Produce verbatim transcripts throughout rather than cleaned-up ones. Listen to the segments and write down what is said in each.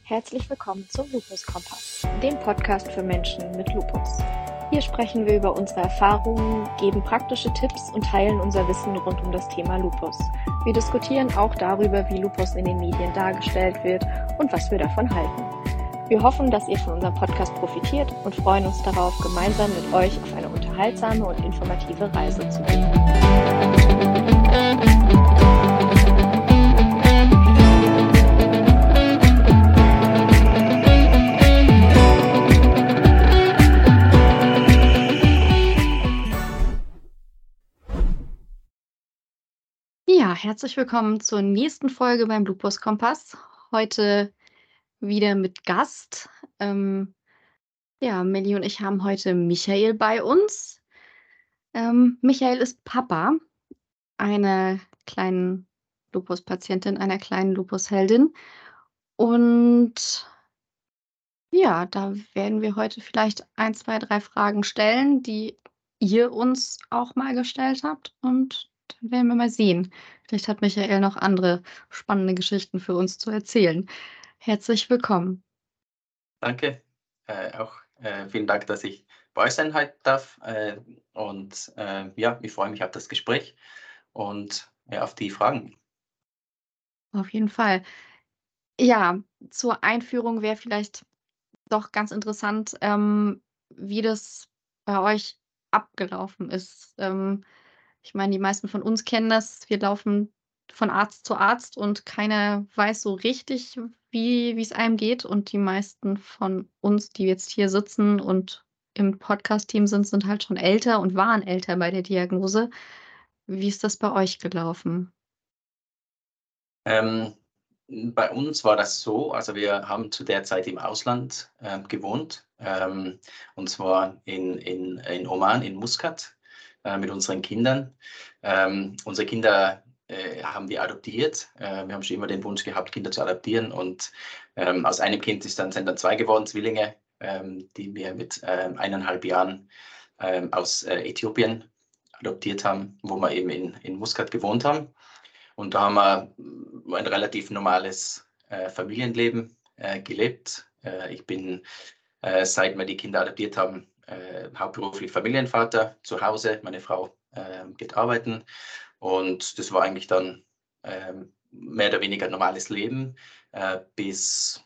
Herzlich willkommen zum Lupus Kompass, dem Podcast für Menschen mit Lupus. Hier sprechen wir über unsere Erfahrungen, geben praktische Tipps und teilen unser Wissen rund um das Thema Lupus. Wir diskutieren auch darüber, wie Lupus in den Medien dargestellt wird und was wir davon halten. Wir hoffen, dass ihr von unserem Podcast profitiert und freuen uns darauf, gemeinsam mit euch auf eine unterhaltsame und informative Reise zu gehen. Ja, herzlich willkommen zur nächsten Folge beim Lupus Kompass. Heute wieder mit Gast. Ähm, ja, Melli und ich haben heute Michael bei uns. Ähm, Michael ist Papa einer kleinen Lupus-Patientin, einer kleinen Lupus-Heldin. Und ja, da werden wir heute vielleicht ein, zwei, drei Fragen stellen, die ihr uns auch mal gestellt habt. Und dann werden wir mal sehen. Vielleicht hat Michael noch andere spannende Geschichten für uns zu erzählen. Herzlich willkommen. Danke. Äh, auch äh, vielen Dank, dass ich bei euch sein heute darf. Äh, und äh, ja, ich freue mich auf das Gespräch und ja, auf die Fragen. Auf jeden Fall. Ja, zur Einführung wäre vielleicht doch ganz interessant, ähm, wie das bei euch abgelaufen ist. Ähm, ich meine, die meisten von uns kennen das. Wir laufen von Arzt zu Arzt und keiner weiß so richtig, wie wie es einem geht. Und die meisten von uns, die jetzt hier sitzen und im Podcast-Team sind, sind halt schon älter und waren älter bei der Diagnose. Wie ist das bei euch gelaufen? Ähm, bei uns war das so, also wir haben zu der Zeit im Ausland äh, gewohnt, ähm, und zwar in, in, in Oman, in Muscat, äh, mit unseren Kindern. Ähm, unsere Kinder äh, haben wir adoptiert. Äh, wir haben schon immer den Wunsch gehabt, Kinder zu adoptieren, und ähm, aus einem Kind ist dann, sind dann zwei geworden, Zwillinge, ähm, die wir mit ähm, eineinhalb Jahren ähm, aus äh, Äthiopien adoptiert haben, wo wir eben in, in Muscat gewohnt haben. Und da haben wir ein relativ normales äh, Familienleben äh, gelebt. Äh, ich bin, äh, seit wir die Kinder adoptiert haben, äh, hauptberuflich Familienvater zu Hause. Meine Frau äh, geht arbeiten. Und das war eigentlich dann äh, mehr oder weniger normales Leben, äh, bis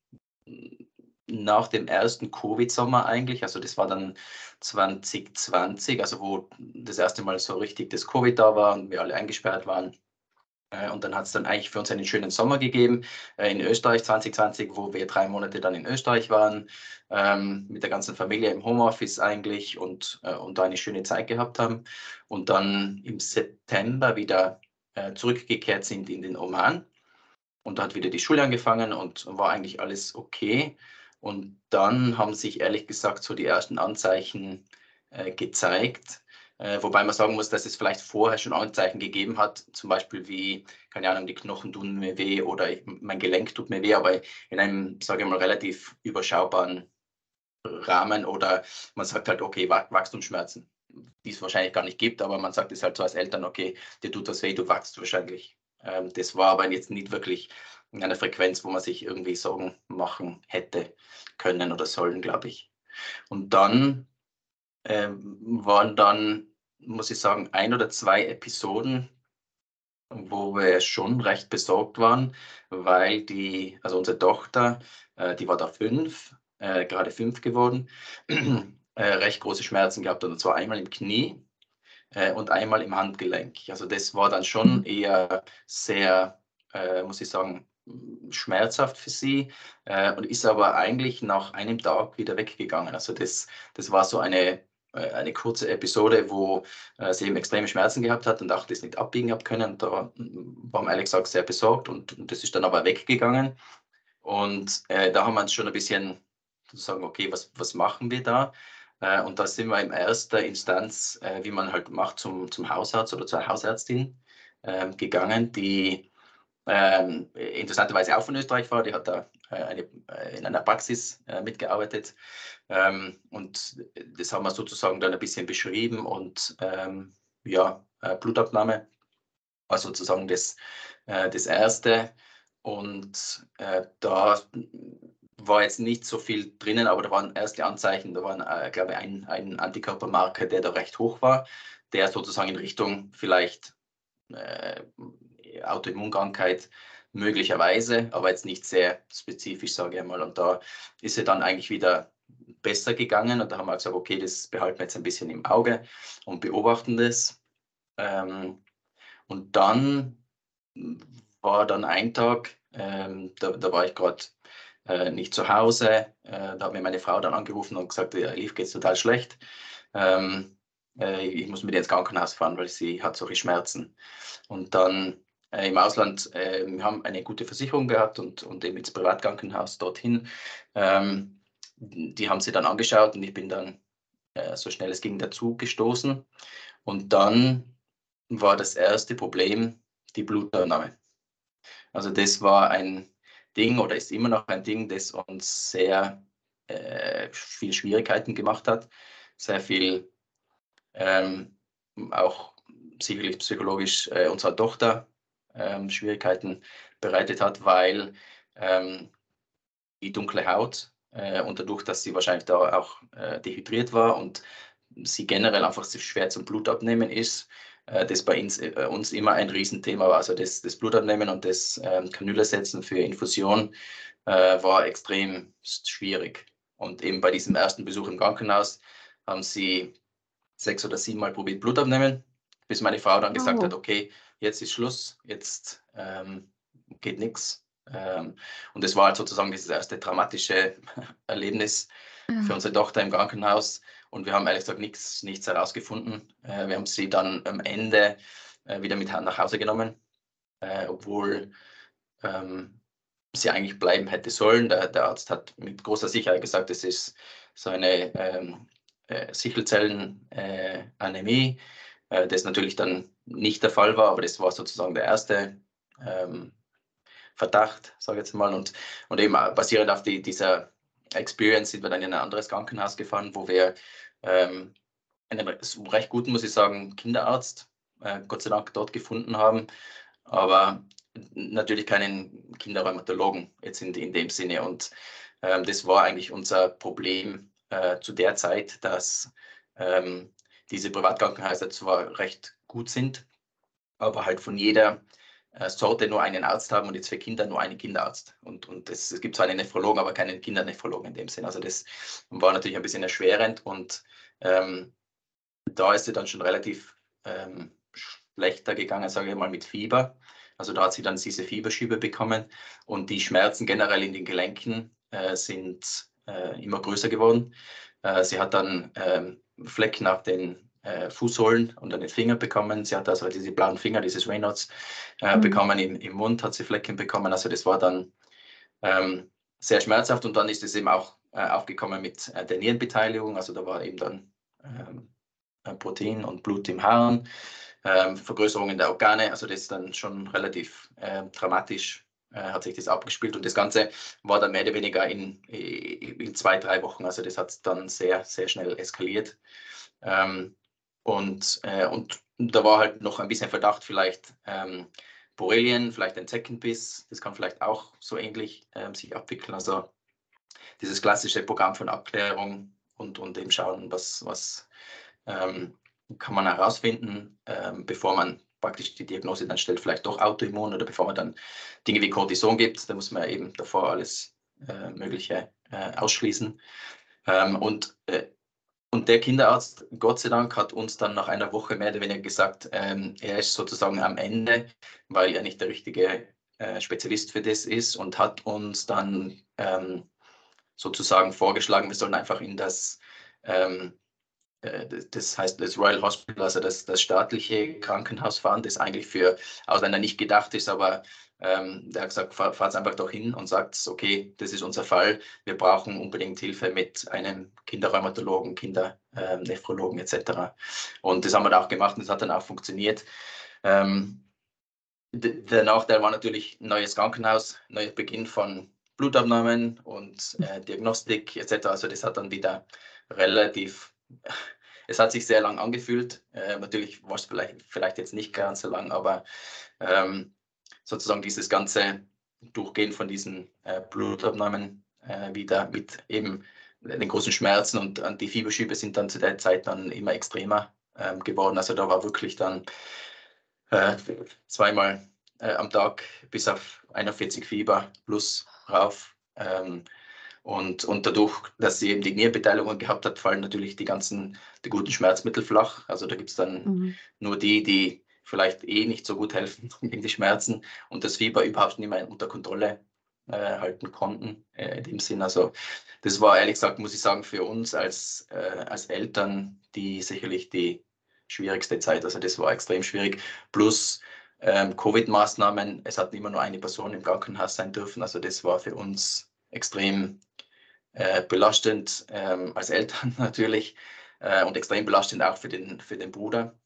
nach dem ersten Covid-Sommer eigentlich. Also das war dann zwanzig zwanzig, also wo das erste Mal so richtig das Covid da war und wir alle eingesperrt waren. Und dann hat es dann eigentlich für uns einen schönen Sommer gegeben äh, in Österreich zwanzig zwanzig, wo wir drei Monate dann in Österreich waren, ähm, mit der ganzen Familie im Homeoffice eigentlich, und, äh, und da eine schöne Zeit gehabt haben. Und dann im September wieder äh, zurückgekehrt sind in den Oman. Und da hat wieder die Schule angefangen und war eigentlich alles okay. Und dann haben sich ehrlich gesagt so die ersten Anzeichen äh, gezeigt. Äh, wobei man sagen muss, dass es vielleicht vorher schon Anzeichen gegeben hat, zum Beispiel wie, keine Ahnung, die Knochen tun mir weh oder ich, mein Gelenk tut mir weh, aber in einem, sage ich mal, relativ überschaubaren Rahmen, oder man sagt halt, okay, Wachstumsschmerzen, die es wahrscheinlich gar nicht gibt, aber man sagt es halt so als Eltern, okay, dir tut das weh, du wachst wahrscheinlich. Ähm, das war aber jetzt nicht wirklich in einer Frequenz, wo man sich irgendwie Sorgen machen hätte können oder sollen, glaube ich. Und dann ähm, waren dann, muss ich sagen, ein oder zwei Episoden, wo wir schon recht besorgt waren, weil die, also unsere Tochter, äh, die war da fünf, äh, gerade fünf geworden, äh, recht große Schmerzen gehabt, und zwar einmal im Knie äh, und einmal im Handgelenk. Also das war dann schon eher sehr, äh, muss ich sagen, schmerzhaft für sie, äh, und ist aber eigentlich nach einem Tag wieder weggegangen. Also das, das war so eine, äh, eine kurze Episode, wo äh, sie eben extreme Schmerzen gehabt hat und auch das nicht abbiegen hat können. Und da waren wir ehrlich gesagt sehr besorgt, und, und das ist dann aber weggegangen. Und äh, da haben wir uns schon ein bisschen zu sagen, okay, was, was machen wir da? Äh, und da sind wir in erster Instanz, äh, wie man halt macht, zum, zum Hausarzt oder zur Hausärztin äh, gegangen, die ähm, interessanterweise auch von Österreich war. Die hat da äh, eine, äh, in einer Praxis äh, mitgearbeitet. Ähm, und das haben wir sozusagen dann ein bisschen beschrieben, und ähm, ja, äh, Blutabnahme war sozusagen das, äh, das Erste. und äh, da war jetzt nicht so viel drinnen, aber da waren erste Anzeichen, da war, äh, glaube ich, ein, ein Antikörpermarker, der da recht hoch war, der sozusagen in Richtung vielleicht äh, Autoimmunkrankheit möglicherweise, aber jetzt nicht sehr spezifisch, sage ich einmal. Und da ist er dann eigentlich wieder besser gegangen und da haben wir gesagt, okay, das behalten wir jetzt ein bisschen im Auge und beobachten das. Ähm, und dann war dann ein Tag, ähm, da, da war ich gerade äh, nicht zu Hause. Äh, da hat mir meine Frau dann angerufen und gesagt, ja, Liv geht's total schlecht. Ähm, äh, ich muss mit ihr ins Krankenhaus fahren, weil sie hat solche Schmerzen. Und dann äh, im Ausland, äh, wir haben eine gute Versicherung gehabt und, und eben ins Privatkrankenhaus dorthin. Ähm, die haben sie dann angeschaut und ich bin dann äh, so schnell es ging dazu gestoßen. Und dann war das erste Problem die Blutannahme. Also das war ein Ding oder ist immer noch ein Ding, das uns sehr äh, viel Schwierigkeiten gemacht hat, sehr viel ähm, auch sicherlich psychologisch äh, unserer Tochter ähm, Schwierigkeiten bereitet hat, weil ähm, die dunkle Haut äh, und dadurch, dass sie wahrscheinlich da auch äh, dehydriert war und sie generell einfach so schwer zum Blutabnehmen ist, äh, das bei uns, äh, uns immer ein Riesenthema war. Also das, das Blutabnehmen und das ähm, Kanüle setzen für Infusion äh, war extrem schwierig. Und eben bei diesem ersten Besuch im Krankenhaus haben sie sechs oder sieben Mal probiert Blut abnehmen, bis meine Frau dann gesagt hat, Oh. okay, jetzt ist Schluss, jetzt ähm, geht nichts. Ähm, und das war halt sozusagen dieses erste dramatische Erlebnis für Ja. unsere Tochter im Krankenhaus. Und wir haben ehrlich gesagt nichts, nichts herausgefunden. Äh, wir haben sie dann am Ende äh, wieder mit nach Hause genommen, äh, obwohl ähm, sie eigentlich bleiben hätte sollen. Der, der Arzt hat mit großer Sicherheit gesagt, es ist so eine ähm, äh, Sichelzellenanämie, äh, das natürlich dann nicht der Fall war, aber das war sozusagen der erste ähm, Verdacht, sage ich jetzt mal. Und, und eben basierend auf die, dieser Experience sind wir dann in ein anderes Krankenhaus gefahren, wo wir ähm, einen recht guten, muss ich sagen, Kinderarzt äh, Gott sei Dank dort gefunden haben, aber natürlich keinen Kinderrheumatologen jetzt in, in dem Sinne. Und ähm, das war eigentlich unser Problem äh, zu der Zeit, dass ähm, diese Privatkrankenhäuser zwar recht gut sind, aber halt von jeder äh, Sorte nur einen Arzt haben und jetzt für Kinder nur einen Kinderarzt. Und, und es, es gibt zwar einen Nephrologen, aber keinen Kindernephrologen in dem Sinn. Also das war natürlich ein bisschen erschwerend und ähm, da ist sie dann schon relativ ähm, schlechter gegangen, sage ich mal, mit Fieber. Also da hat sie dann diese Fieberschübe bekommen und die Schmerzen generell in den Gelenken äh, sind äh, immer größer geworden. Äh, sie hat dann ähm, Flecken auf den äh, Fußsohlen und an den Fingern bekommen. Sie hat also diese blauen Finger, dieses Raynaud's äh, Mhm. bekommen. Im, Im Mund hat sie Flecken bekommen. Also das war dann ähm, sehr schmerzhaft und dann ist es eben auch äh, aufgekommen mit äh, der Nierenbeteiligung. Also da war eben dann ähm, Protein und Blut im Harn, ähm, Vergrößerungen der Organe, also das ist dann schon relativ äh, dramatisch, äh, hat sich das abgespielt und das Ganze war dann mehr oder weniger in, in zwei, drei Wochen, also das hat dann sehr, sehr schnell eskaliert. Ähm, und, äh, und da war halt noch ein bisschen Verdacht, vielleicht ähm, Borrelien, vielleicht ein Zeckenbiss, das kann vielleicht auch so ähnlich ähm, sich abwickeln, also dieses klassische Programm von Abklärung und, und eben schauen, was, was ähm, kann man herausfinden, ähm, bevor man praktisch die Diagnose dann stellt, vielleicht doch Autoimmun oder bevor man dann Dinge wie Cortison gibt, da muss man eben davor alles äh, Mögliche äh, ausschließen. Ähm, und, äh, und der Kinderarzt, Gott sei Dank, hat uns dann nach einer Woche mehr oder weniger gesagt, ähm, er ist sozusagen am Ende, weil er nicht der richtige äh, Spezialist für das ist und hat uns dann ähm, sozusagen vorgeschlagen, wir sollen einfach in das ähm, das heißt das Royal Hospital, also das, das staatliche Krankenhaus fahren, das eigentlich für Ausländer nicht gedacht ist, aber ähm, der hat gesagt, fahr, fahrt einfach doch hin und sagt, okay, das ist unser Fall, wir brauchen unbedingt Hilfe mit einem Kinderrheumatologen, Kindernephrologen ähm, et cetera. Und das haben wir dann auch gemacht und das hat dann auch funktioniert. Ähm, der Nachteil war natürlich ein neues Krankenhaus, neuer Beginn von Blutabnahmen und äh, Diagnostik et cetera. Also das hat dann wieder relativ, es hat sich sehr lang angefühlt. Äh, natürlich war es vielleicht, vielleicht jetzt nicht ganz so lang, aber ähm, sozusagen dieses ganze Durchgehen von diesen äh, Blutabnahmen äh, wieder mit eben den großen Schmerzen und, und die Fieberschübe sind dann zu der Zeit dann immer extremer ähm, geworden. Also da war wirklich dann äh, zweimal äh, am Tag bis auf einundvierzig Fieber plus rauf. Ähm, und, und dadurch, dass sie eben die Nierenbeteiligung gehabt hat, fallen natürlich die ganzen, die guten Schmerzmittel flach. Also da gibt es dann Mhm. nur die, die vielleicht eh nicht so gut helfen gegen die Schmerzen und das Fieber überhaupt nicht mehr unter Kontrolle äh, halten konnten. Äh, in dem Sinn, also das war ehrlich gesagt, muss ich sagen, für uns als, äh, als Eltern die sicherlich die schwierigste Zeit. Also das war extrem schwierig. Plus ähm, Covid-Maßnahmen, es hat immer nur eine Person im Krankenhaus sein dürfen. Also das war für uns extrem äh, belastend ähm, als Eltern natürlich äh, und extrem belastend auch für den, für den Bruder,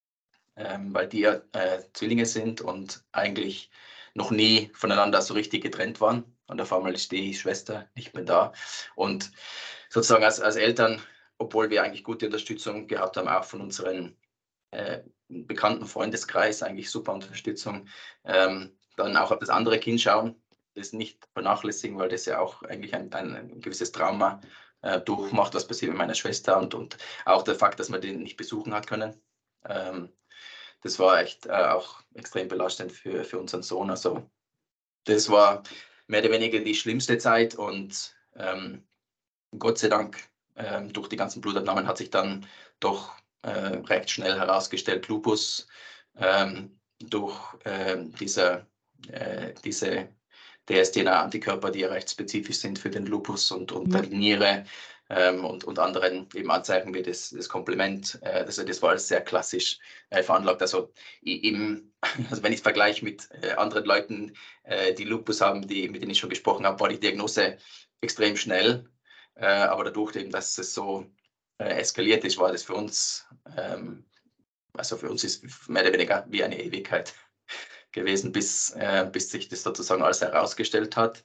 ähm, weil die ja äh, Zwillinge sind und eigentlich noch nie voneinander so richtig getrennt waren. Und auf einmal ist die Schwester nicht mehr da. Und sozusagen als, als Eltern, obwohl wir eigentlich gute Unterstützung gehabt haben, auch von unseren äh, bekannten Freundeskreis, eigentlich super Unterstützung, ähm, dann auch auf das andere Kind schauen, das nicht vernachlässigen, weil das ja auch eigentlich ein, ein, ein gewisses Trauma äh, durchmacht, was passiert mit meiner Schwester und, und auch der Fakt, dass man den nicht besuchen hat können. Ähm, das war echt äh, auch extrem belastend für, für unseren Sohn. Also das war mehr oder weniger die schlimmste Zeit und ähm, Gott sei Dank ähm, durch die ganzen Blutabnahmen hat sich dann doch äh, recht schnell herausgestellt, Lupus ähm, durch ähm, diese, äh, diese D S D N A-Antikörper, die ja recht spezifisch sind für den Lupus und, und Ja. die Niere ähm, und, und anderen eben Anzeichen wie das, das Komplement. Äh, also das war alles sehr klassisch äh, veranlagt. Also, im, also wenn ich es vergleiche mit äh, anderen Leuten, äh, die Lupus haben, die, mit denen ich schon gesprochen habe, war die Diagnose extrem schnell. Äh, aber dadurch eben, dass es so äh, eskaliert ist, war das für uns, ähm, also für uns ist mehr oder weniger wie eine Ewigkeit gewesen, bis, äh, bis sich das sozusagen alles herausgestellt hat.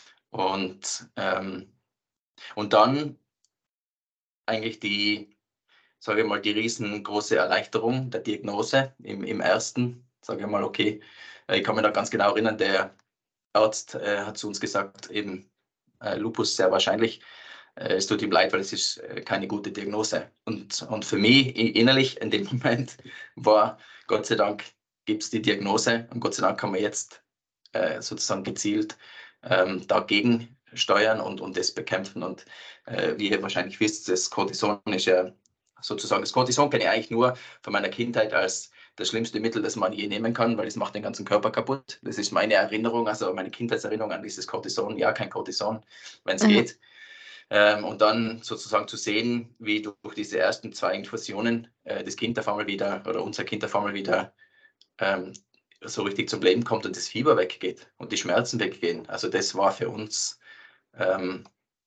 Und, ähm, und dann eigentlich die, sage ich mal, die riesengroße Erleichterung der Diagnose im, im ersten, sage ich mal, okay, ich kann mich da ganz genau erinnern, der Arzt äh, hat zu uns gesagt, eben äh, Lupus sehr wahrscheinlich. Äh, es tut ihm leid, weil es ist äh, keine gute Diagnose. Und, und für mich innerlich in dem Moment war, Gott sei Dank gibt es die Diagnose und Gott sei Dank kann man jetzt äh, sozusagen gezielt ähm, dagegen steuern und, und das bekämpfen. Und äh, wie ihr wahrscheinlich wisst, das Cortison ist ja sozusagen, das Cortison kenne ich eigentlich nur von meiner Kindheit als das schlimmste Mittel, das man je nehmen kann, weil es macht den ganzen Körper kaputt. Das ist meine Erinnerung, also meine Kindheitserinnerung an dieses Cortison. Ja, kein Cortison, wenn es Ja. geht. Ähm, und dann sozusagen zu sehen, wie durch diese ersten zwei Infusionen äh, das Kind auf einmal wieder oder unser Kind auf einmal wieder ähm, so richtig zum Leben kommt und das Fieber weggeht und die Schmerzen weggehen. Also das war für uns ähm,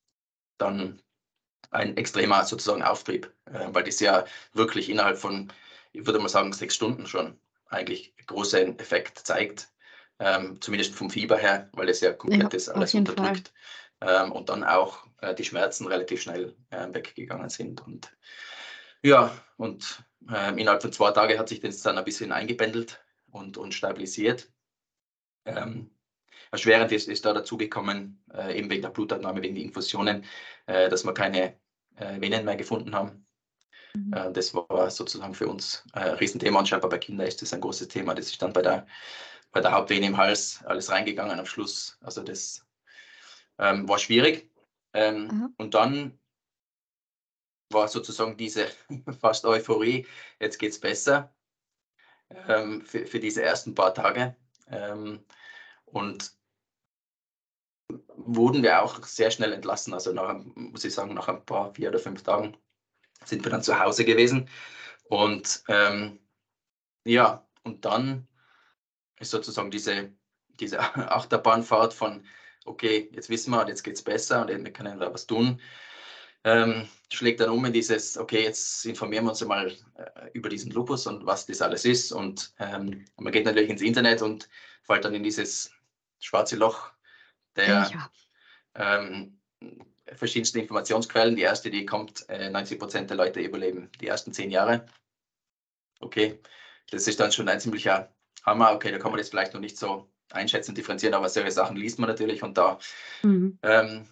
dann ein extremer sozusagen Auftrieb, äh, weil das ja wirklich innerhalb von, ich würde mal sagen, sechs Stunden schon eigentlich großen Effekt zeigt, ähm, zumindest vom Fieber her, weil es ja Ja, komplett das auf alles jeden Fall. unterdrückt ähm, und dann auch äh, die Schmerzen relativ schnell äh, weggegangen sind. Und ja, und äh, innerhalb von zwei Tagen hat sich das dann ein bisschen eingependelt und, und stabilisiert. Ähm, erschwerend ist, ist da dazugekommen, äh, eben wegen der Blutabnahme, wegen der Infusionen, äh, dass wir keine äh, Venen mehr gefunden haben. Mhm. Äh, das war sozusagen für uns äh, ein Riesenthema und scheinbar bei Kindern ist das ein großes Thema. Das ist dann bei der, bei der Hauptvene im Hals alles reingegangen am Schluss. Also das ähm, war schwierig. Ähm, Aha. und dann war sozusagen diese fast Euphorie, jetzt geht es besser ähm, für, für diese ersten paar Tage. Ähm, und wurden wir auch sehr schnell entlassen. Also nach, muss ich sagen, nach ein paar, vier oder fünf Tagen sind wir dann zu Hause gewesen. Und ähm, ja, und dann ist sozusagen diese, diese Achterbahnfahrt von, okay, jetzt wissen wir, jetzt geht es besser und wir können da was tun, ähm, schlägt dann um in dieses, okay, jetzt informieren wir uns mal äh, über diesen Lupus und was das alles ist. Und ähm, man geht natürlich ins Internet und fällt dann in dieses schwarze Loch Äh, der ja. ähm, verschiedenste Informationsquellen. Die erste, die kommt, äh, neunzig Prozent der Leute überleben die ersten zehn Jahre. Okay, das ist dann schon ein ziemlicher Hammer. Okay, da kann man das vielleicht noch nicht so einschätzen, differenzieren, aber solche Sachen liest man natürlich und da, Mhm. ähm,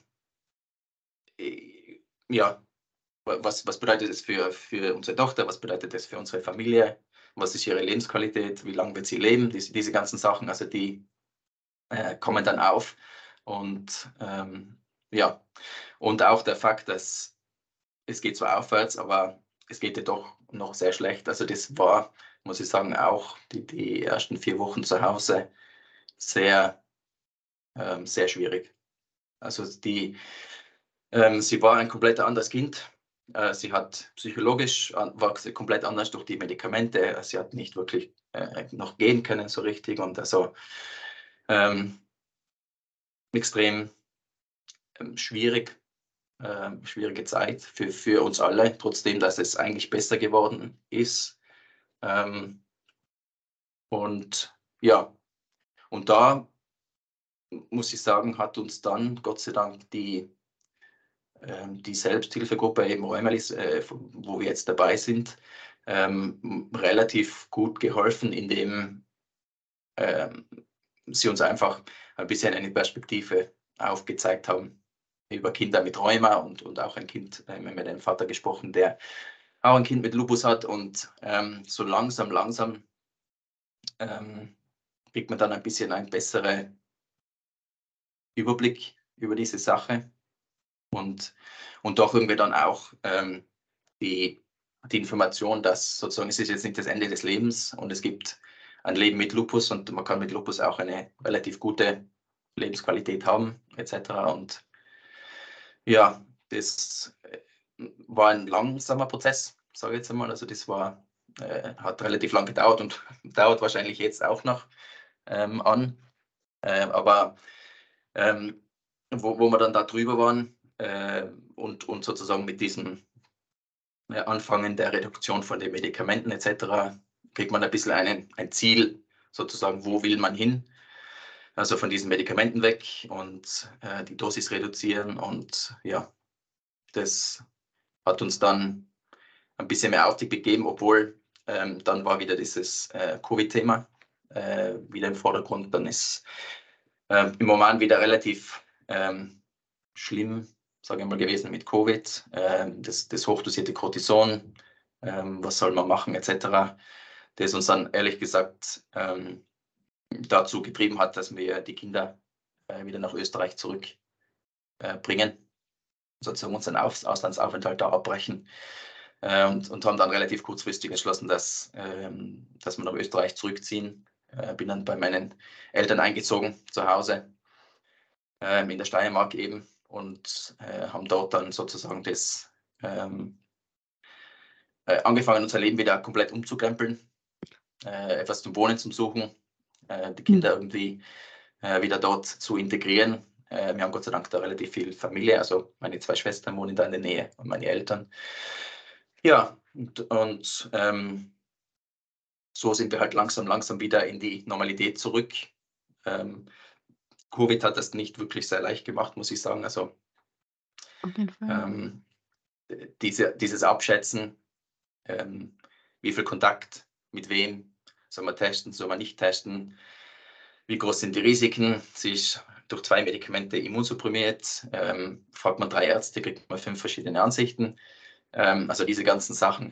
äh, ja, was, was bedeutet es für, für unsere Tochter, was bedeutet es für unsere Familie, was ist ihre Lebensqualität, wie lange wird sie leben, diese, diese ganzen Sachen, also die äh, kommen dann auf und ähm, ja, und auch der Fakt, dass es geht zwar aufwärts, aber es geht ja doch noch sehr schlecht. Also das war, muss ich sagen, auch die, die ersten vier Wochen zu Hause sehr, ähm, sehr schwierig. Also die, ähm, sie war ein komplett anderes Kind. Äh, sie hat psychologisch an, war sie komplett anders durch die Medikamente. Sie hat nicht wirklich äh, noch gehen können so richtig und also ähm, extrem ähm, schwierig. Ähm, schwierige Zeit für, für uns alle, trotzdem, dass es eigentlich besser geworden ist. Ähm, und ja, und da muss ich sagen, hat uns dann Gott sei Dank die, ähm, die Selbsthilfegruppe eben Räumerlis, äh, wo wir jetzt dabei sind, ähm, relativ gut geholfen, indem ähm, sie uns einfach ein bisschen eine Perspektive aufgezeigt haben über Kinder mit Rheuma und, und auch ein Kind, äh, wir haben mit einem Vater gesprochen, der auch ein Kind mit Lupus hat und ähm, so langsam, langsam ähm, kriegt man dann ein bisschen einen besseren Überblick über diese Sache und, und doch irgendwie dann auch ähm, die, die Information, dass sozusagen es ist jetzt nicht das Ende des Lebens und es gibt ein Leben mit Lupus und man kann mit Lupus auch eine relativ gute Lebensqualität haben, et cetera. Und ja, das äh, war ein langsamer Prozess, sage ich jetzt einmal. Also das war, äh, hat relativ lang gedauert und dauert wahrscheinlich jetzt auch noch ähm, an. Äh, aber ähm, wo, wo wir dann da drüber waren äh, und, und sozusagen mit diesem äh, Anfangen der Reduktion von den Medikamenten et cetera kriegt man ein bisschen einen, ein Ziel, sozusagen, wo will man hin? Also von diesen Medikamenten weg und äh, die Dosis reduzieren und ja, das hat uns dann ein bisschen mehr Aufstieg gegeben, obwohl ähm, dann war wieder dieses äh, Covid-Thema äh, wieder im Vordergrund. Dann ist ähm, im Moment wieder relativ ähm, schlimm, sage ich mal, gewesen mit Covid. Ähm, das, das hochdosierte Cortison, ähm, was soll man machen, et cetera. Das uns dann ehrlich gesagt ähm, dazu getrieben hat, dass wir die Kinder äh, wieder nach Österreich zurückbringen, äh, sozusagen unseren Aus Auslandsaufenthalt da abbrechen. Äh, und, und haben dann relativ kurzfristig entschlossen, dass, ähm, dass wir nach Österreich zurückziehen. Äh, bin dann bei meinen Eltern eingezogen zu Hause ähm, in der Steiermark eben und äh, haben dort dann sozusagen das ähm, äh, angefangen, unser Leben wieder komplett umzukrempeln, äh, etwas zum Wohnen zu suchen, äh, die Mhm. Kinder irgendwie äh, wieder dort zu integrieren. Äh, wir haben Gott sei Dank da relativ viel Familie, also meine zwei Schwestern wohnen da in der Nähe und meine Eltern. Ja, und, und ähm, so sind wir halt langsam, langsam wieder in die Normalität zurück. Ähm, Covid hat das nicht wirklich sehr leicht gemacht, muss ich sagen. Also Auf jeden Fall, ja. ähm, diese, dieses Abschätzen, ähm, wie viel Kontakt, mit wem, soll man testen, soll man nicht testen, wie groß sind die Risiken, sie ist durch zwei Medikamente immunsupprimiert, ähm, fragt man drei Ärzte, kriegt man fünf verschiedene Ansichten. Ähm, also diese ganzen Sachen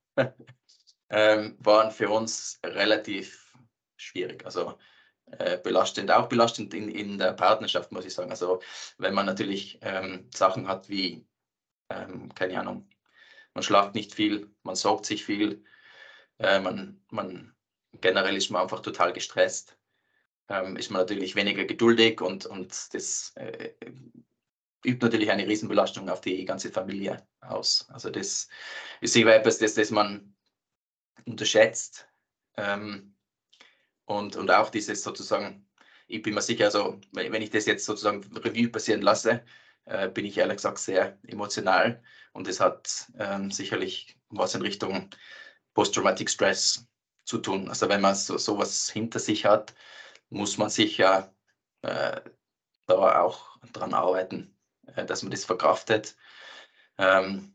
ähm, waren für uns relativ schwierig. Also äh, belastend, auch belastend in, in der Partnerschaft, muss ich sagen. Also wenn man natürlich ähm, Sachen hat wie, ähm, keine Ahnung, man schlaft nicht viel, man sorgt sich viel, äh, man, man generell ist man einfach total gestresst, ähm, ist man natürlich weniger geduldig und, und das äh, übt natürlich eine Riesenbelastung auf die ganze Familie aus. Also das ist sicher etwas, das, das man unterschätzt. Ähm, und, und auch dieses sozusagen, ich bin mir sicher, also wenn ich das jetzt sozusagen Revue passieren lasse, äh, bin ich ehrlich gesagt sehr emotional und es hat ähm, sicherlich was in Richtung Post-Traumatic Stress zu tun. Also wenn man so sowas hinter sich hat, muss man sicher äh, da auch dran arbeiten, äh, dass man das verkraftet. Ähm,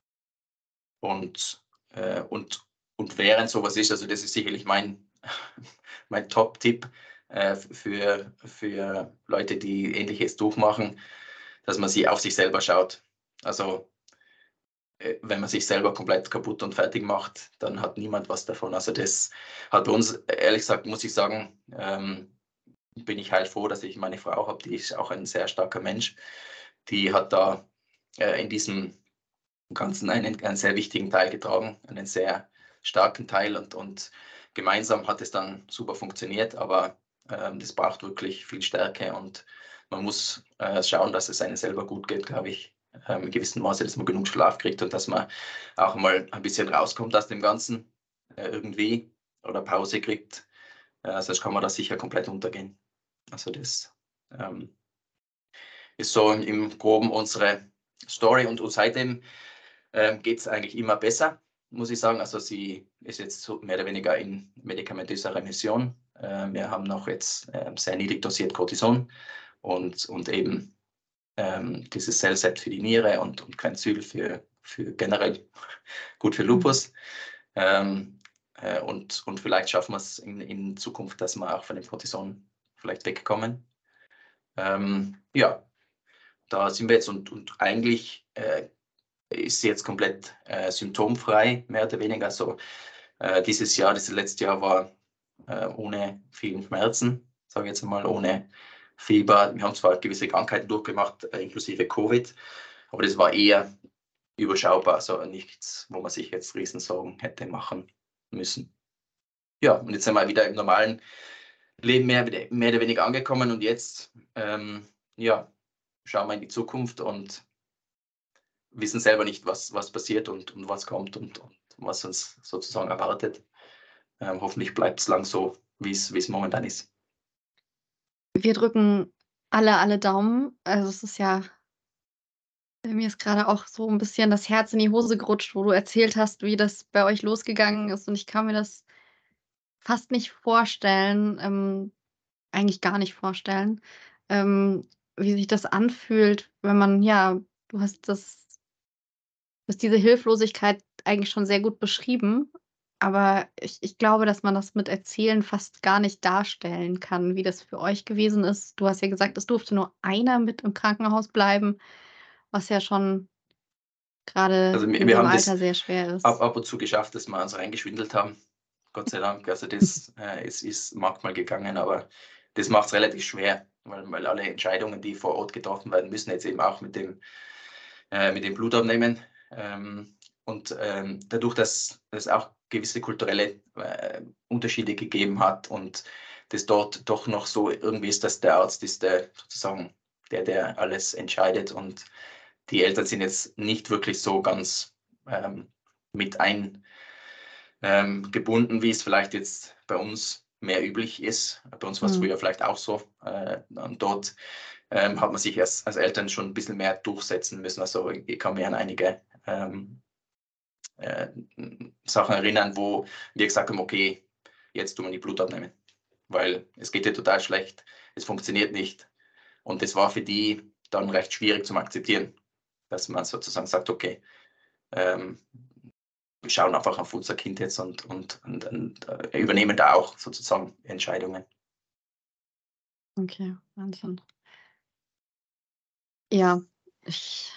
und, äh, und, und während sowas ist, also das ist sicherlich mein, mein Top-Tipp, äh, für, für Leute, die Ähnliches durchmachen, dass man sie auf sich selber schaut. Also äh, wenn man sich selber komplett kaputt und fertig macht, dann hat niemand was davon. Also das hat bei uns, ehrlich gesagt, muss ich sagen, ähm, bin ich heilfroh, dass ich meine Frau habe, die ist auch ein sehr starker Mensch. Die hat da äh, in diesem Ganzen einen, einen sehr wichtigen Teil getragen, einen sehr starken Teil und, und gemeinsam hat es dann super funktioniert, aber ähm, das braucht wirklich viel Stärke und man muss äh, schauen, dass es einem selber gut geht, glaube ich, ähm, in gewissem Maße, dass man genug Schlaf kriegt und dass man auch mal ein bisschen rauskommt aus dem Ganzen äh, irgendwie oder Pause kriegt, äh, sonst kann man da sicher komplett untergehen. Also das ähm, ist so im, im Groben unsere Story und, und seitdem ähm, geht es eigentlich immer besser, muss ich sagen. Also sie ist jetzt so mehr oder weniger in medikamentöser Remission. Äh, wir haben noch jetzt äh, sehr niedrig dosiert Cortison und, und eben ähm, dieses Cellset für die Niere und, und Quenzyl für, für generell gut für Lupus. Ähm, äh, und, und vielleicht schaffen wir es in, in Zukunft, dass wir auch von dem Cortison vielleicht wegkommen. Ähm, ja, da sind wir jetzt und, und eigentlich äh, ist sie jetzt komplett äh, symptomfrei, mehr oder weniger. Also äh, dieses Jahr, dieses letzte Jahr war äh, ohne vielen Schmerzen, sage ich jetzt mal, ohne Fieber. Wir haben zwar gewisse Krankheiten durchgemacht, äh, inklusive Covid, aber das war eher überschaubar, also nichts, wo man sich jetzt Riesensorgen hätte machen müssen. Ja, und jetzt sind wir wieder im normalen Leben mehr, mehr oder weniger angekommen und jetzt ähm, ja, schauen wir in die Zukunft und wissen selber nicht, was, was passiert und, und was kommt und, und was uns sozusagen erwartet. Ähm, hoffentlich bleibt es lang so, wie es momentan ist. Wir drücken alle, alle Daumen. Also, es ist ja äh, mir ist gerade auch so ein bisschen das Herz in die Hose gerutscht, wo du erzählt hast, wie das bei euch losgegangen ist und ich kann mir das fast nicht vorstellen, ähm, eigentlich gar nicht vorstellen, ähm, wie sich das anfühlt, wenn man ja, du hast das du hast diese Hilflosigkeit eigentlich schon sehr gut beschrieben, aber ich ich glaube, dass man das mit Erzählen fast gar nicht darstellen kann, wie das für euch gewesen ist. Du hast ja gesagt, es durfte nur einer mit im Krankenhaus bleiben, was ja schon grade Also wir, in wir dem haben das Alter sehr schwer ab, ist. ab und zu geschafft, dass wir uns reingeschwindelt haben. Gott sei Dank. Also das äh, es ist manchmal gegangen, aber das macht es relativ schwer, weil, weil alle Entscheidungen, die vor Ort getroffen werden müssen, jetzt eben auch mit dem, äh, mit dem Blutabnehmen. Ähm, und ähm, dadurch, dass es auch gewisse kulturelle äh, Unterschiede gegeben hat und das dort doch noch so irgendwie ist, dass der Arzt ist der sozusagen der, der alles entscheidet und die Eltern sind jetzt nicht wirklich so ganz ähm, mit eingebunden, ähm, wie es vielleicht jetzt bei uns mehr üblich ist. Bei uns war es Mhm. früher vielleicht auch so. Äh, und dort ähm, hat man sich als, als Eltern schon ein bisschen mehr durchsetzen müssen. Also ich kann mich an einige ähm, äh, Sachen erinnern, wo wir gesagt haben, okay, jetzt tun wir die Blut abnehmen, weil es geht dir total schlecht, es funktioniert nicht. Und das war für die dann recht schwierig zu akzeptieren, dass man sozusagen sagt, okay, ähm, wir schauen einfach auf unser Kind jetzt und, und, und, und äh, übernehmen da auch sozusagen Entscheidungen. Okay, Wahnsinn. Ja, ich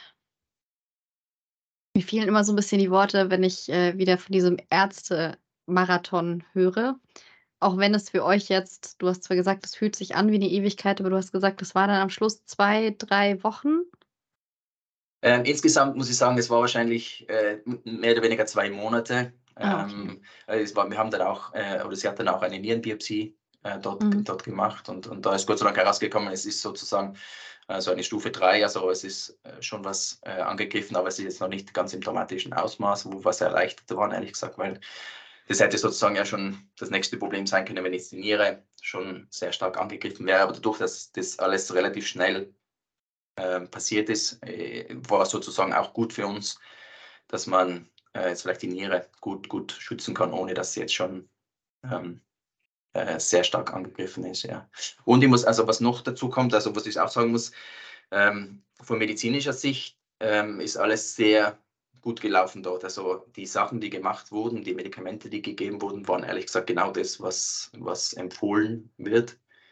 mir fehlen immer so 'n bisschen die Worte, wenn ich, äh, wieder von diesem Ärztemarathon höre. Auch wenn es für euch jetzt du hast zwar gesagt, es fühlt sich an wie 'ne Ewigkeit, aber du hast gesagt, das war dann am Schluss zwei, drei Wochen? Ähm, insgesamt muss ich sagen, es war wahrscheinlich äh, mehr oder weniger zwei Monate. Ah, okay. Ähm, äh, es war, wir haben dann auch, äh, oder sie hat dann auch eine Nierenbiopsie äh, dort, Mhm. dort gemacht und, und da ist Gott sei Dank herausgekommen, es ist sozusagen äh, so eine Stufe drei, also es ist äh, schon was äh, angegriffen, aber es ist jetzt noch nicht ganz im dramatischen Ausmaß, wo wir sehr erleichtert waren, ehrlich gesagt, weil das hätte sozusagen ja schon das nächste Problem sein können, wenn jetzt die Niere schon sehr stark angegriffen wäre, aber dadurch, dass das alles relativ schnell äh, passiert ist, äh, war sozusagen auch gut für uns, dass man äh, jetzt vielleicht die Niere gut, gut schützen kann, ohne dass sie jetzt schon ähm, äh, sehr stark angegriffen ist. Ja. Und ich muss, also was noch dazu kommt, also was ich auch sagen muss, ähm, von medizinischer Sicht ähm, ist alles sehr gut gelaufen dort. Also die Sachen, die gemacht wurden, die Medikamente, die gegeben wurden, waren ehrlich gesagt genau das, was, was empfohlen wird.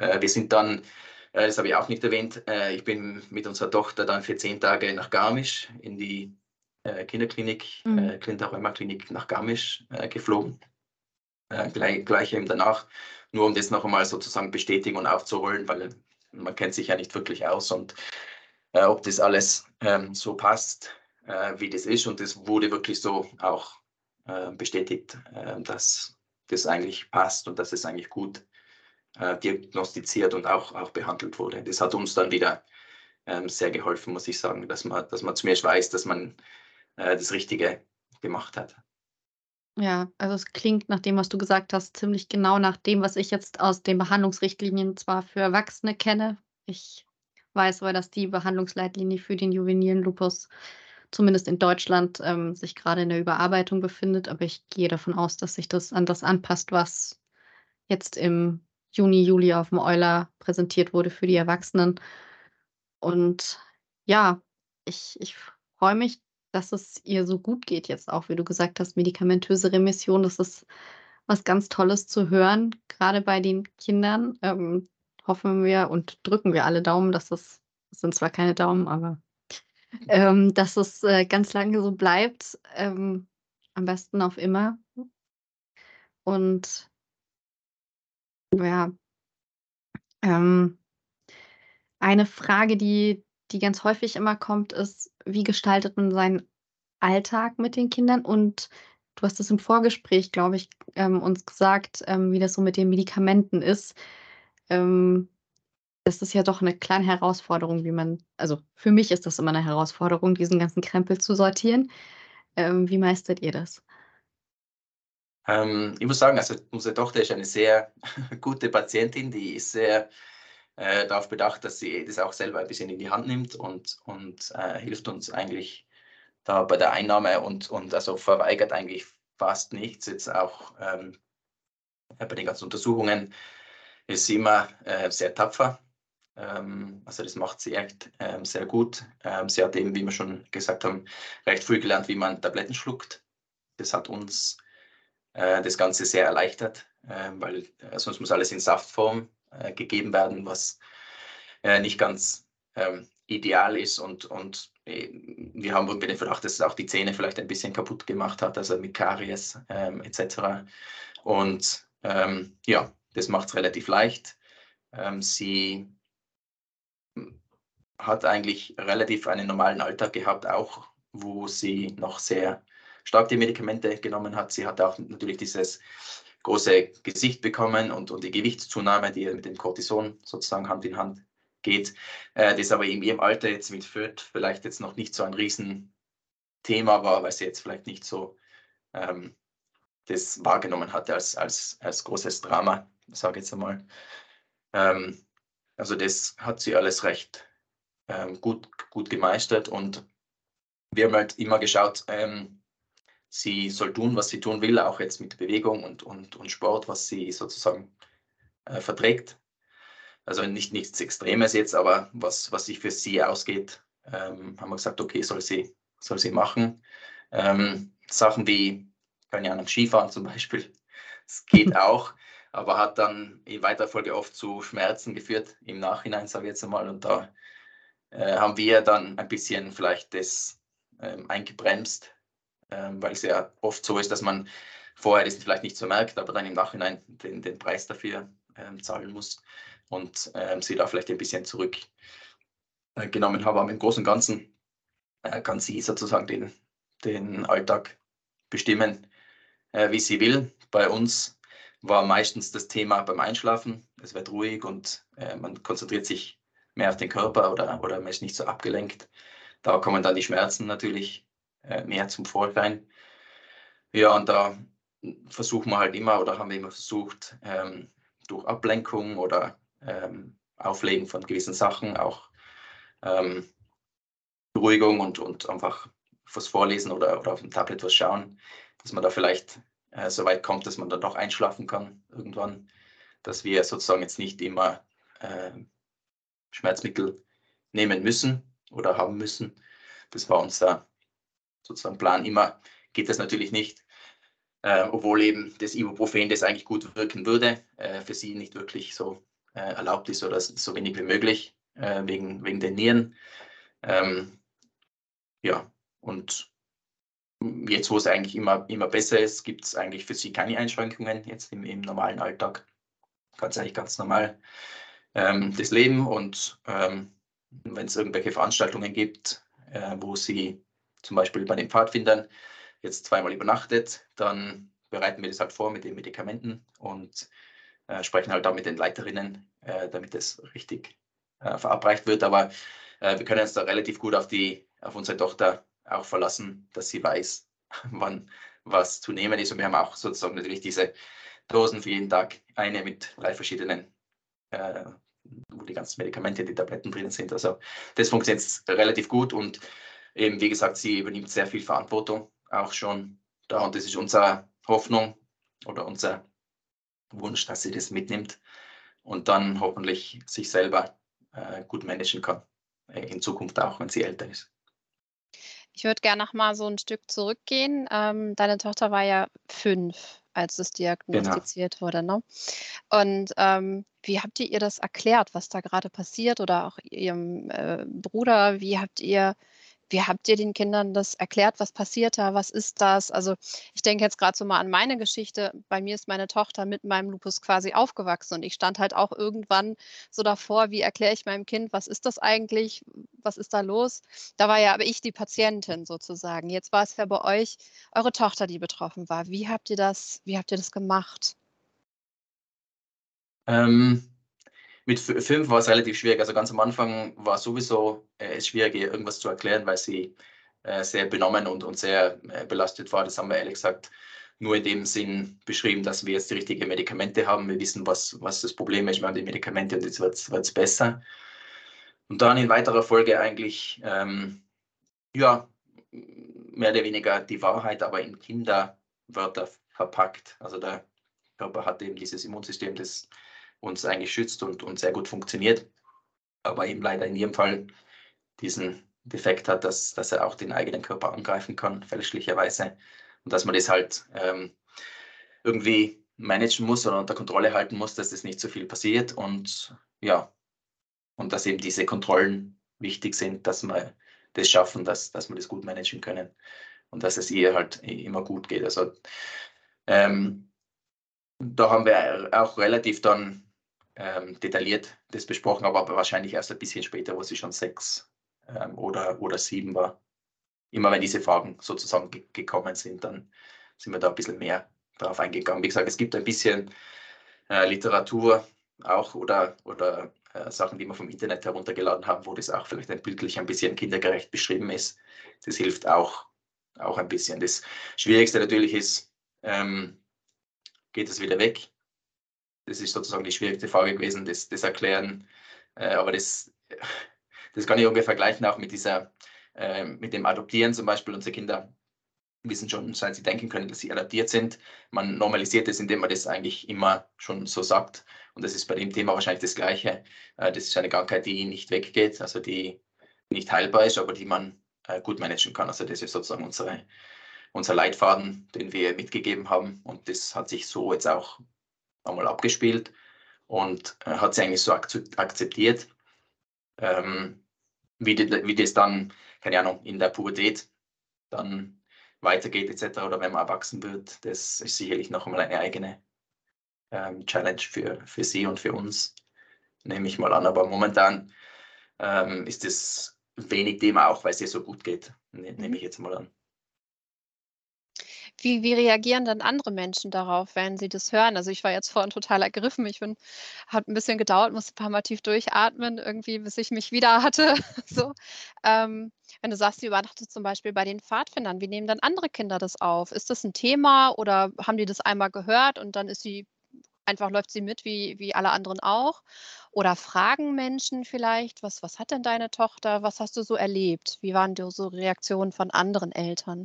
Äh, wir sind dann, äh, das habe ich auch nicht erwähnt, äh, ich bin mit unserer Tochter dann für zehn Tage nach Garmisch in die äh, Kinderklinik, Mhm. äh, Kinderrheumaklinik nach Garmisch äh, geflogen. Äh, gleich, gleich eben danach, nur um das noch einmal sozusagen bestätigen und aufzuholen, weil man kennt sich ja nicht wirklich aus und äh, ob das alles ähm, so passt, äh, wie das ist. Und das wurde wirklich so auch äh, bestätigt, äh, dass das eigentlich passt und dass es eigentlich gut äh, diagnostiziert und auch, auch behandelt wurde. Das hat uns dann wieder ähm, sehr geholfen, muss ich sagen, dass man, dass man zumindest weiß, dass man äh, das Richtige gemacht hat. Ja, also es klingt nach dem, was du gesagt hast, ziemlich genau nach dem, was ich jetzt aus den Behandlungsrichtlinien zwar für Erwachsene kenne. Ich weiß aber, dass die Behandlungsleitlinie für den juvenilen Lupus zumindest in Deutschland ähm, sich gerade in der Überarbeitung befindet, aber ich gehe davon aus, dass sich das an das anpasst, was jetzt im Juni, Juli auf dem Euler präsentiert wurde für die Erwachsenen. Und ja, ich ich freue mich, dass es ihr so gut geht jetzt auch, wie du gesagt hast, medikamentöse Remission. Das ist was ganz Tolles zu hören, gerade bei den Kindern. Ähm, hoffen wir und drücken wir alle Daumen, dass es es sind zwar keine Daumen, aber, ähm, dass es, äh, ganz lange so bleibt, ähm, am besten auf immer. Und ja, ähm eine Frage, die die ganz häufig immer kommt, ist: Wie gestaltet man seinen Alltag mit den Kindern? Und du hast es im Vorgespräch, glaube ich, ähm, uns gesagt, ähm, wie das so mit den Medikamenten ist. Ähm, das ist ja doch 'ne kleine Herausforderung, wie man also, für mich ist das immer 'ne Herausforderung, diesen ganzen Krempel zu sortieren. Ähm, wie meistert ihr das? Ähm, ich muss sagen, also unsere Tochter ist eine sehr gute Patientin, die ist sehr äh, darauf bedacht, dass sie das auch selber ein bisschen in die Hand nimmt und, und äh, hilft uns eigentlich da bei der Einnahme und, und also verweigert eigentlich fast nichts. Jetzt auch ähm, bei den ganzen Untersuchungen ist sie immer äh, sehr tapfer. Ähm, also das macht sie echt ähm, sehr gut. Ähm, sie hat eben, wie wir schon gesagt haben, recht früh gelernt, wie man Tabletten schluckt. Das hat uns äh, das Ganze sehr erleichtert, äh, weil äh, sonst muss alles in Saftform äh, gegeben werden, was äh, nicht ganz ähm, ideal ist. Und, und äh, wir haben irgendwie den Verdacht, dass es auch die Zähne vielleicht ein bisschen kaputt gemacht hat, also mit Karies ähm, et cetera. Und ähm, ja, das macht es relativ leicht. Ähm, sie hat eigentlich relativ einen normalen Alltag gehabt, auch wo sie noch sehr stark die Medikamente genommen hat. Sie hat auch natürlich dieses große Gesicht bekommen und, und die Gewichtszunahme, die mit dem Cortison sozusagen Hand in Hand geht. Äh, das aber in ihrem Alter jetzt mit Fürth vielleicht jetzt noch nicht so ein Riesenthema war, weil sie jetzt vielleicht nicht so ähm, das wahrgenommen hatte als, als, als großes Drama, sage ich jetzt einmal. Ähm, also das hat sie alles recht ähm, gut, gut gemeistert und wir haben halt immer geschaut, ähm, sie soll tun, was sie tun will, auch jetzt mit Bewegung und, und, und Sport, was sie sozusagen äh, verträgt. Also nicht nichts Extremes jetzt, aber was, was sich für sie ausgeht, ähm, haben wir gesagt, okay, soll sie, soll sie machen. Ähm, Sachen wie, keine Ahnung, Skifahren zum Beispiel, es geht auch, aber hat dann in weiterer Folge oft zu Schmerzen geführt, im Nachhinein, sage ich jetzt einmal. Und da äh, haben wir dann ein bisschen vielleicht das ähm, eingebremst, ähm, weil es ja oft so ist, dass man vorher das vielleicht nicht so merkt, aber dann im Nachhinein den, den Preis dafür ähm, zahlen muss und ähm, sie da vielleicht ein bisschen zurückgenommen äh, haben. Aber im Großen und Ganzen äh, kann sie sozusagen den, den Alltag bestimmen, äh, wie sie will. Bei uns war meistens das Thema beim Einschlafen. Es wird ruhig und äh, man konzentriert sich mehr auf den Körper oder, oder man ist nicht so abgelenkt. Da kommen dann die Schmerzen natürlich äh, mehr zum Vorschein. Ja, und da versuchen wir halt immer oder haben wir immer versucht, ähm, durch Ablenkung oder ähm, Auflegen von gewissen Sachen, auch ähm, Beruhigung und, und einfach was vorlesen oder, oder auf dem Tablet was schauen, dass man da vielleicht äh, so weit kommt, dass man dann doch einschlafen kann irgendwann, dass wir sozusagen jetzt nicht immer äh, Schmerzmittel nehmen müssen oder haben müssen. Das war unser sozusagen Plan. Immer geht das natürlich nicht, äh, obwohl eben das Ibuprofen, das eigentlich gut wirken würde, äh, für sie nicht wirklich so äh, erlaubt ist oder so wenig wie möglich äh, wegen, wegen den Nieren. Ähm, ja, und jetzt, wo es eigentlich immer, immer besser ist, gibt es eigentlich für sie keine Einschränkungen jetzt im, im normalen Alltag. Ganz eigentlich ganz normal ähm, das Leben und ähm, wenn es irgendwelche Veranstaltungen gibt, äh, wo sie zum Beispiel bei den Pfadfindern jetzt zweimal übernachtet, dann bereiten wir das halt vor mit den Medikamenten und äh, sprechen halt auch mit den Leiterinnen, äh, damit das richtig äh, verabreicht wird. Aber äh, wir können uns da relativ gut auf, die, auf unsere Tochter auch verlassen, dass sie weiß, wann was zu nehmen ist. Und wir haben auch sozusagen natürlich diese Dosen für jeden Tag, eine mit drei verschiedenen, äh, wo die ganzen Medikamente, die Tabletten drin sind. Also das funktioniert relativ gut und eben, wie gesagt, sie übernimmt sehr viel Verantwortung auch schon da und das ist unsere Hoffnung oder unser Wunsch, dass sie das mitnimmt und dann hoffentlich sich selber äh, gut managen kann, äh, in Zukunft auch, wenn sie älter ist. Ich würde gerne noch mal so ein Stück zurückgehen. Ähm, deine Tochter war ja fünf, als es Genau. diagnostiziert wurde, ne? Und, ähm, wie habt ihr ihr das erklärt, was da gerade passiert oder auch ihrem, äh, Bruder? Wie habt ihr wie habt ihr den Kindern das erklärt? Was passiert da? Was ist das? Also, ich denke jetzt gerade so mal an meine Geschichte. Bei mir ist meine Tochter mit meinem Lupus quasi aufgewachsen und ich stand halt auch irgendwann so davor: „Wie erkläre ich meinem Kind, was ist das eigentlich? Was ist da los?“ Da war ja aber ich die Patientin sozusagen. Jetzt war es ja bei euch eure Tochter, die betroffen war. Wie habt ihr das wie habt ihr das gemacht? Ähm, mit f fünf war es relativ schwierig. Also ganz am Anfang war sowieso äh, es schwierig, ihr irgendwas zu erklären, weil sie äh, sehr benommen und, und sehr äh, belastet war. Das haben wir ehrlich gesagt nur in dem Sinn beschrieben, dass wir jetzt die richtigen Medikamente haben. Wir wissen, was, was das Problem ist. Wir haben die Medikamente und jetzt wird es besser. Und dann in weiterer Folge eigentlich, ähm, ja, mehr oder weniger die Wahrheit, aber in Kinderwörter verpackt. Also der Körper hat eben dieses Immunsystem, das uns eigentlich schützt und, und sehr gut funktioniert, aber eben leider in jedem Fall diesen Defekt hat, dass, dass er auch den eigenen Körper angreifen kann, fälschlicherweise. Und dass man das halt ähm, irgendwie managen muss oder unter Kontrolle halten muss, dass das nicht so viel passiert. Und ja, und dass eben diese Kontrollen wichtig sind, dass wir das schaffen, dass, dass wir das gut managen können und dass es ihr halt immer gut geht. Also ähm, da haben wir auch relativ dann ähm, detailliert das besprochen, aber wahrscheinlich erst ein bisschen später, wo sie schon sechs ähm, oder, oder sieben war. Immer wenn diese Fragen sozusagen ge gekommen sind, dann sind wir da ein bisschen mehr darauf eingegangen. Wie gesagt, es gibt ein bisschen äh, Literatur auch oder, oder äh, Sachen, die wir vom Internet heruntergeladen haben, wo das auch vielleicht ein bildlich ein bisschen kindergerecht beschrieben ist. Das hilft auch, auch ein bisschen. Das Schwierigste natürlich ist, ähm, geht es wieder weg? Das ist sozusagen die schwierigste Frage gewesen, das, das Erklären. Äh, aber das, das kann ich ungefähr vergleichen auch mit dieser, äh, mit dem Adoptieren zum Beispiel. Unsere Kinder wissen schon, seit sie denken können, dass sie adaptiert sind. Man normalisiert es, indem man das eigentlich immer schon so sagt. Und das ist bei dem Thema wahrscheinlich das Gleiche. Äh, das ist eine Krankheit, die nicht weggeht, also die nicht heilbar ist, aber die man äh, gut managen kann. Also das ist sozusagen unsere, unser Leitfaden, den wir mitgegeben haben. Und das hat sich so jetzt auch einmal abgespielt und äh, hat sie eigentlich so akzeptiert. Ähm, wie, die, wie das dann, keine Ahnung, in der Pubertät dann weitergeht et cetera oder wenn man erwachsen wird, das ist sicherlich noch einmal eine eigene ähm, Challenge für, für sie und für uns, nehme ich mal an. Aber momentan ähm, ist es wenig Thema, auch weil es ihr so gut geht, ne, nehme Mhm. ich jetzt mal an. Wie wie reagieren denn andere Menschen darauf, wenn sie das hören? Also, ich war jetzt vorhin total ergriffen. Ich bin hat ein bisschen gedauert, musste ein paar Mal tief durchatmen irgendwie, bis ich mich wieder hatte, so. Ähm, wenn du sagst, du übernachtest zum Beispiel bei den Pfadfindern, wie nehmen dann andere Kinder das auf? Ist das ein Thema oder haben die das einmal gehört und dann ist sie einfach läuft sie mit wie wie alle anderen auch? Oder fragen Menschen vielleicht: „Was was hat denn deine Tochter? Was hast du so erlebt?“ Wie waren do so Reaktionen von anderen Eltern?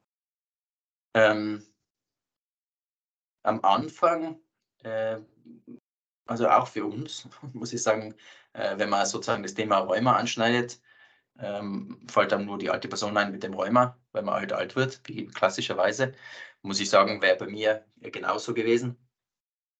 Ähm, am Anfang, äh, also auch für uns, muss ich sagen, äh, wenn man sozusagen das Thema Rheuma anschneidet, ähm, fällt einem nur die alte Person ein mit dem Rheuma, weil man halt alt wird, wie klassischerweise. Muss ich sagen, wäre bei mir genauso gewesen.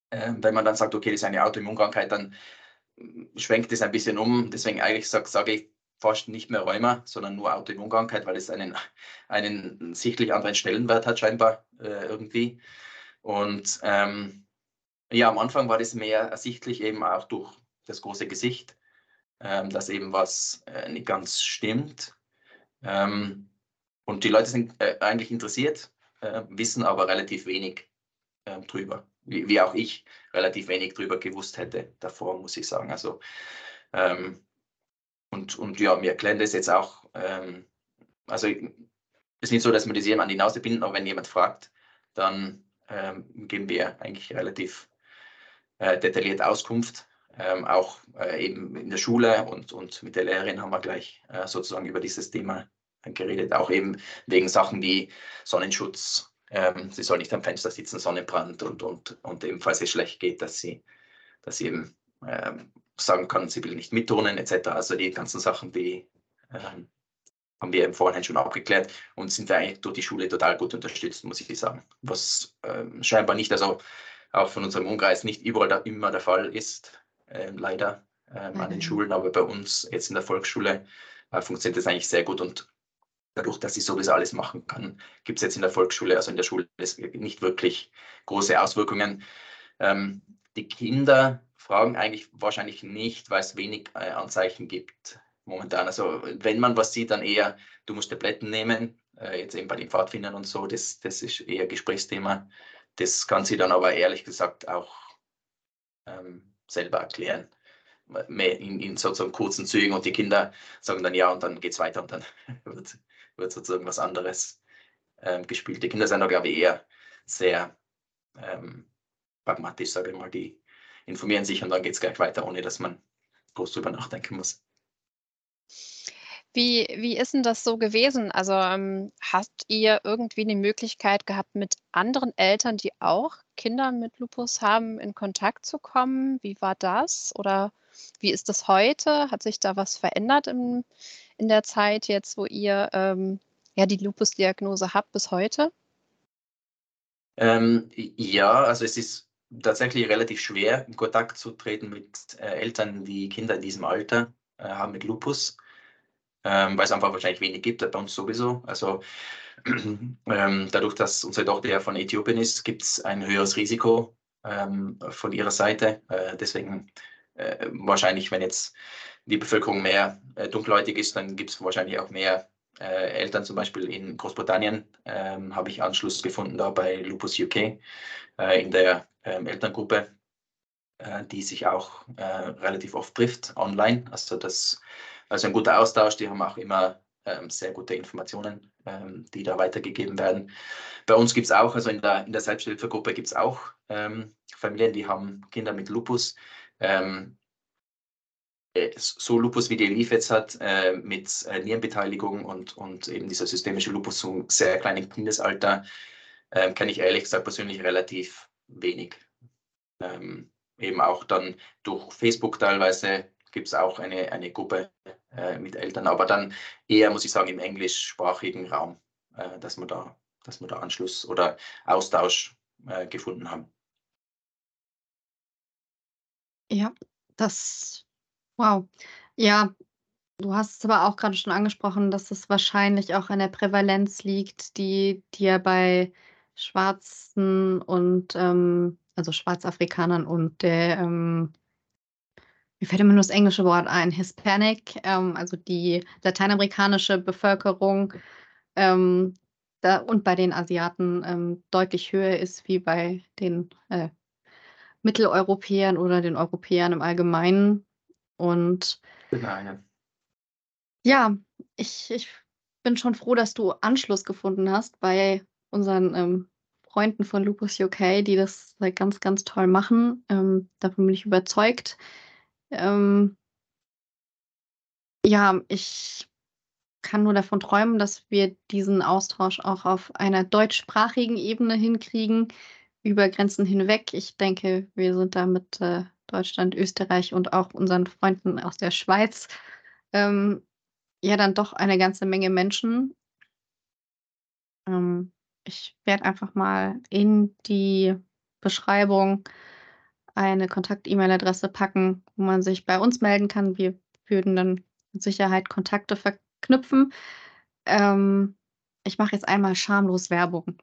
äh, wenn man dann sagt, okay, das ist eine Autoimmunkrankheit, dann schwenkt es ein bisschen um. Deswegen eigentlich sage sag ich fast nicht mehr Rheuma, sondern nur Autoimmunkrankheit, weil es einen, einen sichtlich anderen Stellenwert hat scheinbar äh, irgendwie. Und ähm, ja, am Anfang war das mehr ersichtlich eben auch durch das große Gesicht, ähm, dass eben was äh, nicht ganz stimmt. Ähm, und die Leute sind äh, eigentlich interessiert, äh, wissen aber relativ wenig äh, drüber. Wie, wie auch ich relativ wenig drüber gewusst hätte davor, muss ich sagen. Also, ähm, und, und ja, wir erklären das jetzt auch. Ähm, also, es ist nicht so, dass wir das jemand an die Nase binden, aber wenn jemand fragt, dann ähm, geben wir eigentlich relativ äh, detailliert Auskunft. Ähm, auch äh, eben in der Schule und, und mit der Lehrerin haben wir gleich äh, sozusagen über dieses Thema geredet. Auch eben wegen Sachen wie Sonnenschutz. Ähm, sie soll nicht am Fenster sitzen, Sonnenbrand und, und, und eben, falls es schlecht geht, dass sie, dass sie eben ähm, sagen kann, sie will nicht mitturnen et cetera. Also die ganzen Sachen, die ähm, haben wir im Vorhinein schon abgeklärt und sind wir eigentlich durch die Schule total gut unterstützt, muss ich sagen. Was ähm, scheinbar nicht, also auch von unserem Umkreis nicht überall da immer der Fall ist, äh, leider ähm, an den Schulen, aber bei uns jetzt in der Volksschule äh, funktioniert das eigentlich sehr gut und dadurch, dass ich sowieso alles machen kann, gibt es jetzt in der Volksschule, also in der Schule, nicht wirklich große Auswirkungen. Ähm, die Kinder fragen eigentlich wahrscheinlich nicht, weil es wenig äh, Anzeichen gibt momentan. Also wenn man was sieht, dann eher, du musst Tabletten nehmen, äh, jetzt eben bei den Pfadfindern und so, das, das ist eher Gesprächsthema. Das kann sie dann aber ehrlich gesagt auch ähm, selber erklären. In, in sozusagen kurzen Zügen und die Kinder sagen dann ja und dann geht es weiter und dann wird, wird sozusagen was anderes ähm, gespielt. Die Kinder sind da, glaube ich, eher sehr ähm, pragmatisch, sage ich mal, die informieren sich und dann geht es gleich weiter, ohne dass man groß drüber nachdenken muss. Wie, wie ist denn das so gewesen? Also ähm, hast ihr irgendwie die Möglichkeit gehabt, mit anderen Eltern, die auch Kinder mit Lupus haben, in Kontakt zu kommen? Wie war das? Oder wie ist das heute? Hat sich da was verändert im, in der Zeit jetzt, wo ihr ähm, ja die Lupus-Diagnose habt bis heute? Ähm, ja, also es ist tatsächlich relativ schwer, in Kontakt zu treten mit äh, Eltern, die Kinder in diesem Alter äh, haben mit Lupus, ähm, weil es einfach wahrscheinlich wenig gibt, bei uns sowieso. Also ähm, dadurch, dass unsere Tochter ja von Äthiopien ist, gibt es ein höheres Risiko ähm, von ihrer Seite. Äh, deswegen äh, wahrscheinlich, wenn jetzt die Bevölkerung mehr äh, dunkelhäutig ist, dann gibt es wahrscheinlich auch mehr äh, Eltern, zum Beispiel in Großbritannien ähm, habe ich Anschluss gefunden da bei Lupus U K äh, in der ähm, Elterngruppe, äh, die sich auch äh, relativ oft trifft online. Also das also ein guter Austausch, die haben auch immer ähm, sehr gute Informationen, ähm, die da weitergegeben werden. Bei uns gibt es auch, also in der, in der Selbsthilfegruppe gibt es auch ähm, Familien, die haben Kinder mit Lupus. Ähm, so Lupus wie die Elif jetzt hat, äh, mit äh, Nierenbeteiligung und, und eben dieser systemische Lupus zum sehr kleinen Kindesalter, äh, kenne ich ehrlich gesagt persönlich relativ wenig. Ähm, eben auch dann durch Facebook teilweise gibt es auch eine, eine Gruppe äh, mit Eltern, aber dann eher, muss ich sagen, im englischsprachigen Raum, äh, dass wir da, dass wir da Anschluss oder Austausch äh, gefunden haben. Ja, das wow. Ja, du hast es aber auch gerade schon angesprochen, dass es wahrscheinlich auch an der Prävalenz liegt, die die ja bei Schwarzen und, ähm also Schwarzafrikanern und der, ähm mir fällt immer nur das englische Wort ein, Hispanic, ähm, also die lateinamerikanische Bevölkerung, ähm, da und bei den Asiaten, ähm, deutlich höher ist wie bei den, äh, Mitteleuropäern oder den Europäern im Allgemeinen. Und Genau, ja. ja, ich ich bin schon froh, dass du Anschluss gefunden hast bei unseren, ähm, Freunden von Lupus U K, die das halt ganz, ganz toll machen. Ähm, davon bin ich überzeugt. Ähm, ja, ich kann nur davon träumen, dass wir diesen Austausch auch auf einer deutschsprachigen Ebene hinkriegen, über Grenzen hinweg. Ich denke, wir sind da mit, äh, Deutschland, Österreich und auch unseren Freunden aus der Schweiz, ähm, ja dann doch eine ganze Menge Menschen. Ähm, ich werde einfach mal in die Beschreibung eine Kontakt-E-Mail-Adresse packen, wo man sich bei uns melden kann. Wir würden dann mit Sicherheit Kontakte verknüpfen. Ähm, ich mache jetzt einmal schamlos Werbung.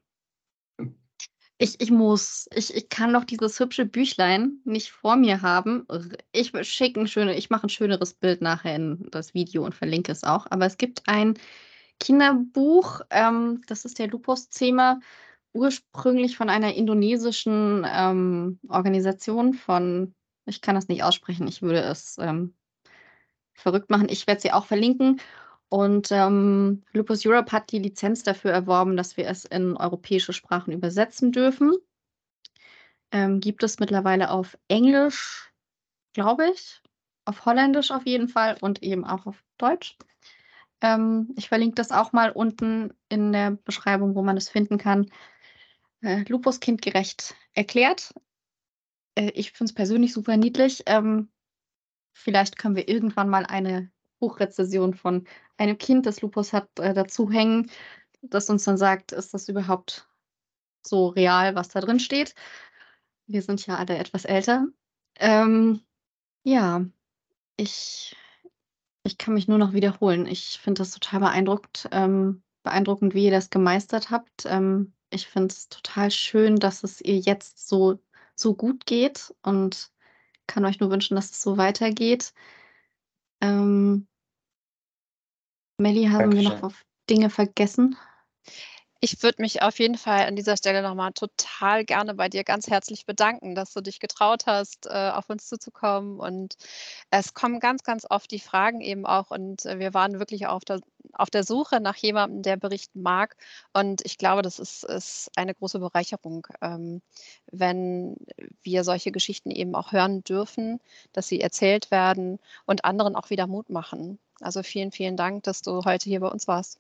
Ich ich muss. Ich ich kann doch dieses hübsche Büchlein nicht vor mir haben. R ich w schicke 'n schöne ich mache 'n schöneres Bild nachher in das Video und verlinke es auch. Aber es gibt ein Kinderbuch, ähm, das ist der Lupus-Zema, ursprünglich von einer indonesischen, ähm, Organisation von ich kann das nicht aussprechen, ich würde es, ähm, verrückt machen. Ich werde sie auch verlinken. Und, ähm, Lupus Europe hat die Lizenz dafür erworben, dass wir es in europäische Sprachen übersetzen dürfen. Ähm, gibt es mittlerweile auf Englisch, glaube ich, auf Holländisch auf jeden Fall und eben auch auf Deutsch. Ähm, ich verlinke das auch mal unten in der Beschreibung, wo man es finden kann. Äh, Lupus kindgerecht erklärt. Äh, ich finde es persönlich super niedlich. Ähm, vielleicht können wir irgendwann mal eine Buchrezension von einem Kind, das Lupus hat, äh, dazuhängen, das uns dann sagt: „Ist das überhaupt so real, was da drin steht?“ Wir sind ja alle etwas älter. Ähm, ja, ich ich kann mich nur noch wiederholen. Ich finde das total beeindruckt ähm, beeindruckend, wie ihr das gemeistert habt. Ähm, ich finde es total schön, dass es ihr jetzt so so gut geht und kann euch nur wünschen, dass es so weitergeht. Ähm Melli, haben wir noch Dankeschön. auf Dinge vergessen? Ich würde mich auf jeden Fall an dieser Stelle noch mal total gerne bei dir ganz herzlich bedanken, dass du dich getraut hast, äh, auf uns zuzukommen. Und es kommen ganz, ganz oft die Fragen eben auch und, äh, wir waren wirklich auf der auf der Suche nach jemandem, der berichten mag. Und ich glaube, das ist ist eine große Bereicherung, ähm, wenn wir solche Geschichten eben auch hören dürfen, dass sie erzählt werden und anderen auch wieder Mut machen. Also, vielen, vielen Dank, dass du heute hier bei uns warst.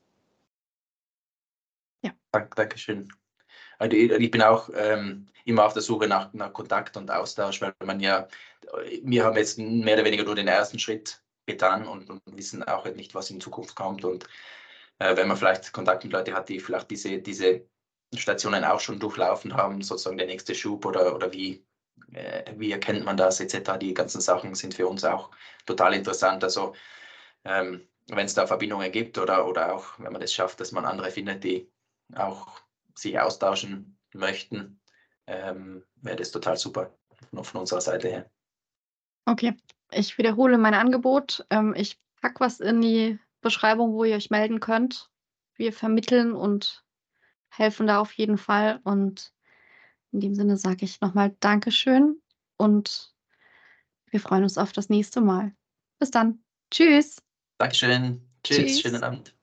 Ja. Dank Dankeschön. Also, i ich bin auch, ähm, immer auf der Suche nach nach Kontakt und Austausch, weil man ja äh, wir haben jetzt mehr oder weniger nur den ersten Schritt getan und und wissen auch halt nicht, was in Zukunft kommt. Und, äh, wenn man vielleicht Kontakt mit Leute hat, die vielleicht diese diese Stationen auch schon durchlaufen haben, sozusagen der nächste Schub oder oder wie äh, wie erkennt man das et cetera. Die ganzen Sachen sind für uns auch total interessant. Also, ähm, wenn's da Verbindungen gibt oder oder auch wenn man es schafft, dass man andere findet, die auch sich austauschen möchten, ähm, wäre das total super von von unserer Seite her. Okay, ich wiederhole mein Angebot. Ähm, ich packe was in die Beschreibung, wo ihr euch melden könnt. Wir vermitteln und helfen da auf jeden Fall. Und in dem Sinne sage ich noch mal Dankeschön und wir freuen uns auf das nächste Mal. Bis dann. Tschüss. Dankeschön. Tschüss, Tschüss. schönen Abend.